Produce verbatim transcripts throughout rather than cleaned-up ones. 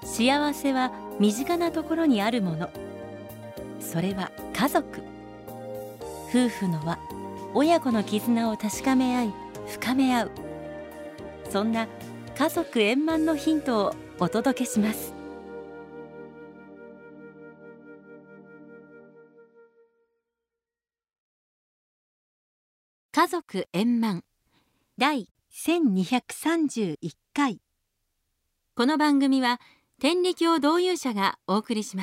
幸せは身近なところにあるもの。それは家族。夫婦の輪、親子の絆を確かめ合い、深め合う。そんな家族円満のヒントをお届けします。家族円満第せんにひゃくさんじゅういっかい。この番組は天理教導遊者がお送りします。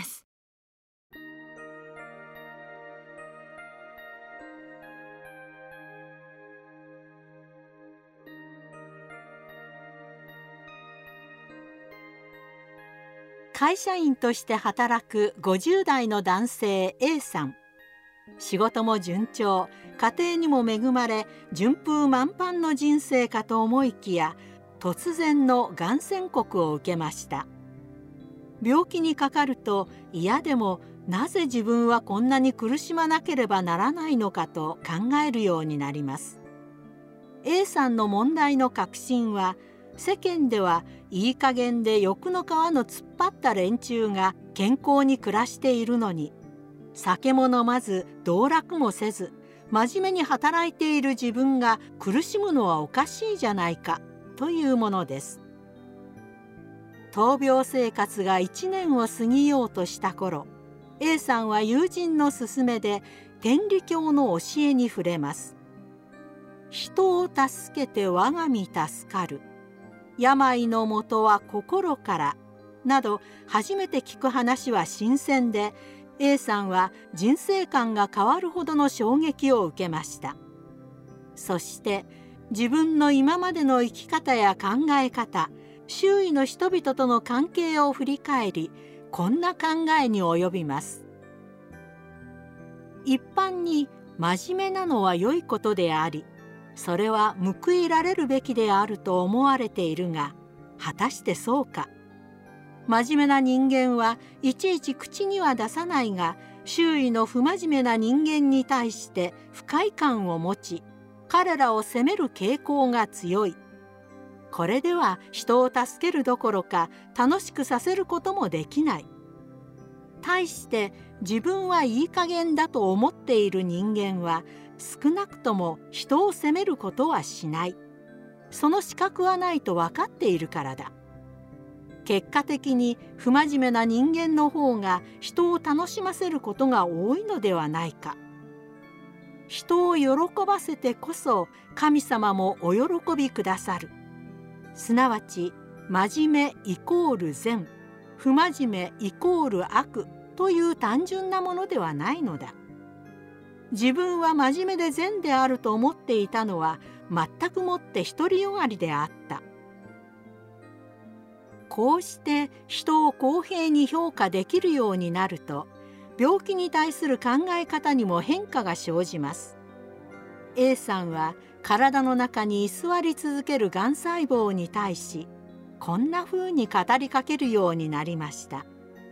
会社員として働くごじゅう代の男性 A さん。仕事も順調、家庭にも恵まれ、順風満帆の人生かと思いきや、突然のがん宣告を受けました。病気にかかると嫌でも、なぜ自分はこんなに苦しまなければならないのかと考えるようになります。A さんの問題の核心は、世間ではいい加減で欲の皮の突っ張った連中が健康に暮らしているのに、酒も飲まず道楽もせず真面目に働いている自分が苦しむのはおかしいじゃないかというものです。闘病生活がいちねんを過ぎようとした頃、 A さんは友人の勧めで天理教の教えに触れます。人を助けて我が身助かる、病のもとは心からなど、初めて聞く話は新鮮で、 A さんは人生観が変わるほどの衝撃を受けました。そして自分の今までの生き方や考え方、周囲の人々との関係を振り返り、こんな考えに及びます。一般に真面目なのは良いことであり、それは報いられるべきであると思われているが、果たしてそうか。真面目な人間はいちいち口には出さないが、周囲の不真面目な人間に対して不快感を持ち、彼らを責める傾向が強い。これでは人を助けるどころか楽しくさせることもできない。対して自分はいい加減だと思っている人間は、少なくとも人を責めることはしない。その資格はないと分かっているからだ。結果的に不真面目な人間の方が人を楽しませることが多いのではないか。人を喜ばせてこそ神様もお喜びくださる。すなわち真面目イコール善、不真面目イコール悪という単純なものではないのだ。自分は真面目で善であると思っていたのは、全くもって独りよがりであった。こうして人を公平に評価できるようになると、病気に対する考え方にも変化が生じます。 A さんは体の中に居座り続けるがん細胞に対し、こんなふうに語りかけるようになりました。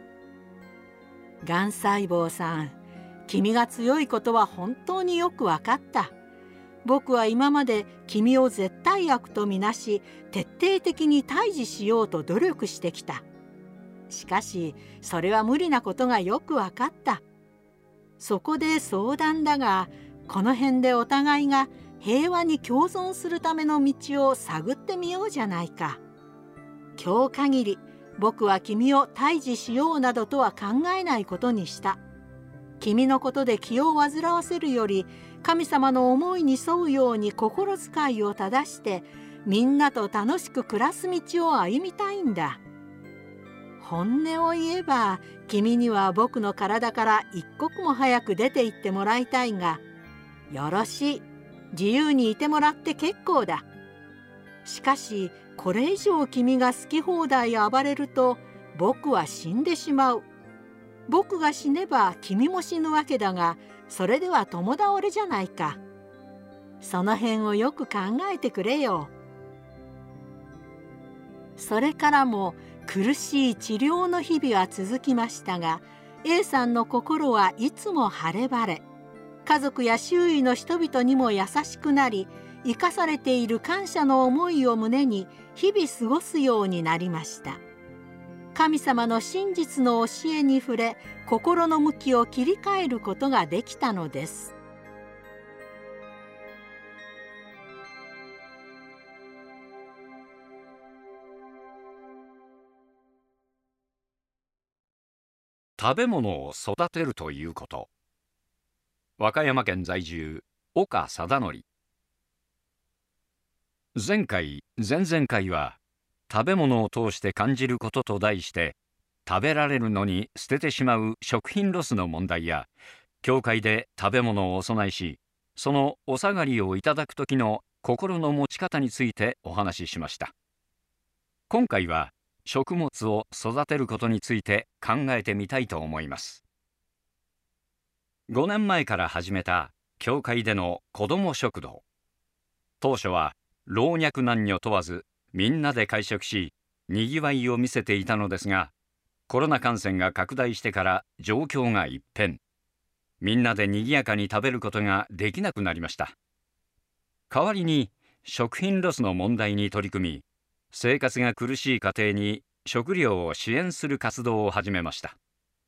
がん細胞さん、君が強いことは本当によく分かった。僕は今まで君を絶対悪とみなし、徹底的に対峙しようと努力してきた。しかしそれは無理なことがよく分かった。そこで相談だが、この辺でお互いが平和に共存するための道を探ってみようじゃないか。今日限り僕は君を対峙しようなどとは考えないことにした。君のことで気を煩わせるより、神様の思いに沿うように心遣いを正して、みんなと楽しく暮らす道を歩みたいんだ。本音を言えば、君には僕の体から一刻も早く出て行ってもらいたいが、よろしい。自由にいてもらって結構だ。しかし、これ以上君が好き放題暴れると、僕は死んでしまう。僕が死ねば君も死ぬわけだが、それでは共倒れじゃないか。その辺をよく考えてくれよ。それからも苦しい治療の日々は続きましたが、 A さんの心はいつも晴れ晴れ、家族や周囲の人々にも優しくなり、生かされている感謝の思いを胸に日々過ごすようになりました。 神様の真実の教えに触れ、心の向きを切り替えることができたのです。 食べ物を育てるということ。和歌山県在住、岡貞則。前回、前々回は、食べ物を通して感じることと題して、食べられるのに捨ててしまう食品ロスの問題や、教会で食べ物をお供えし、そのお下がりをいただく時の心の持ち方についてお話ししました。今回は、食物を育てることについて考えてみたいと思います。ごねんまえから始めた教会での子ども食堂。当初は老若男女問わずみんなで会食し、にぎわいを見せていたのですが、コロナ感染が拡大してから状況が一変。みんなでにぎやかに食べることができなくなりました。代わりに食品ロスの問題に取り組み、生活が苦しい家庭に食料を支援する活動を始めました。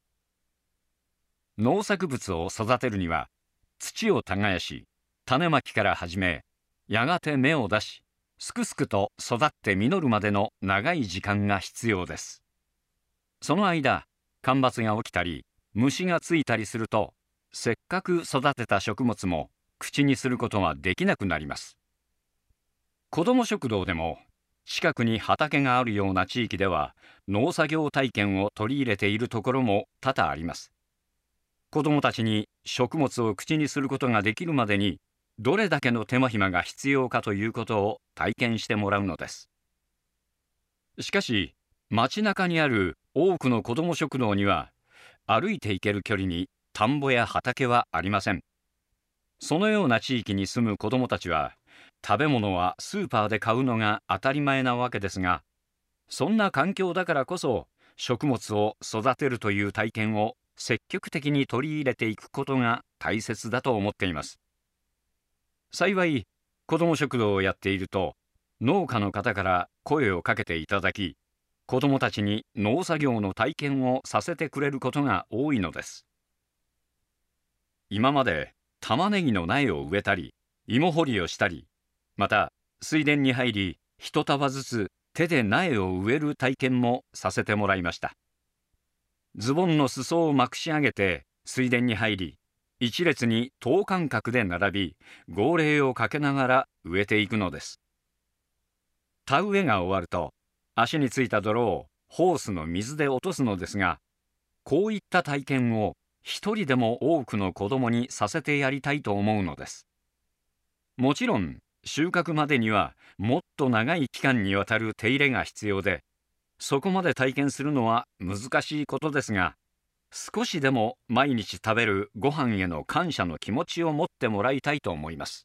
農作物を育てるには、土を耕し、種まきから始め、やがて芽を出し、すくすくと育って実るまでの長い時間が必要です。その間、干ばつが起きたり、虫がついたりすると、せっかく育てた食物も口にすることはできなくなります。子ども食堂でも、近くに畑があるような地域では農作業体験を取り入れているところも多々あります。子どもたちに食物を口にすることができるまでにどれだけの手間暇が必要かということを体験してもらうのです。しかし、街中にある多くの子ども食堂には歩いて行ける距離に田んぼや畑はありません。そのような地域に住む子どもたちは、食べ物はスーパーで買うのが当たり前なわけですが、そんな環境だからこそ食物を育てるという体験を積極的に取り入れていくことが大切だと思っています。幸い、子ども食堂をやっていると、農家の方から声をかけていただき、子どもたちに農作業の体験をさせてくれることが多いのです。今まで玉ねぎの苗を植えたり、芋掘りをしたり、また水田に入り一束ずつ手で苗を植える体験もさせてもらいました。ズボンの裾をまくし上げて水田に入り、一列に等間隔で並び、号令をかけながら植えていくのです。田植えが終わると、足についた泥をホースの水で落とすのですが、こういった体験を一人でも多くの子供にさせてやりたいと思うのです。もちろん、収穫までにはもっと長い期間にわたる手入れが必要で、そこまで体験するのは難しいことですが、少しでも毎日食べるご飯への感謝の気持ちを持ってもらいたいと思います。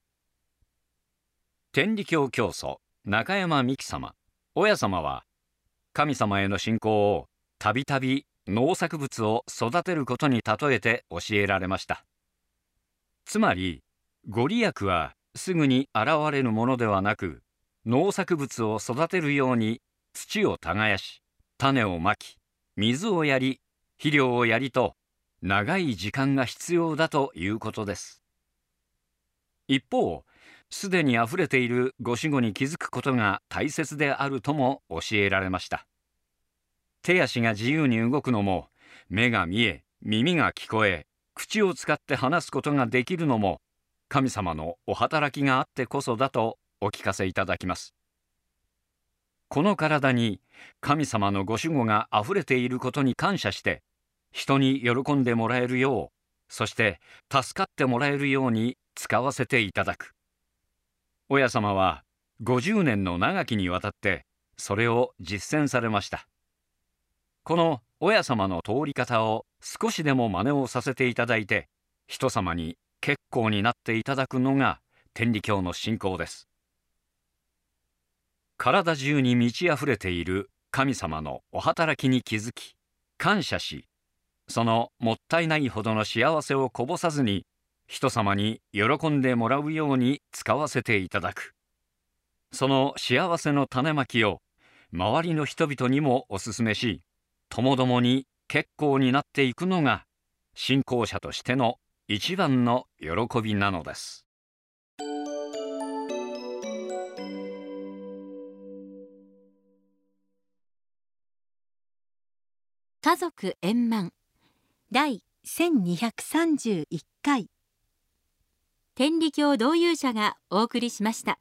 天理教教祖中山美紀様、親様は、神様への信仰をたびたび農作物を育てることに例えて教えられました。つまり、ご利益はすぐに現れるものではなく、農作物を育てるように土を耕し、種をまき、水をやり、肥料をやりと、長い時間が必要だということです。一方、すでにあふれているご守護に気づくことが大切であるとも教えられました。手足が自由に動くのも、目が見え、耳が聞こえ、口を使って話すことができるのも、神様のお働きがあってこそだとお聞かせいただきます。この体に神様のご守護があふれていることに感謝して、人に喜んでもらえるよう、そして助かってもらえるように使わせていただく。親様はごじゅうねんの長きにわたってそれを実践されました。この親様の通り方を少しでも真似をさせていただいて、人様に結構になっていただくのが天理教の信仰です。体中に満ち溢れている神様のお働きに気づき、感謝し、そのもったいないほどの幸せをこぼさずに、人様に喜んでもらうように使わせていただく。その幸せの種まきを周りの人々にもおすすめし、ともどもに結構になっていくのが信仰者としての一番の喜びなのです。 家族円満第せんにひゃくさんじゅういっかい、天理教導遊者がお送りしました。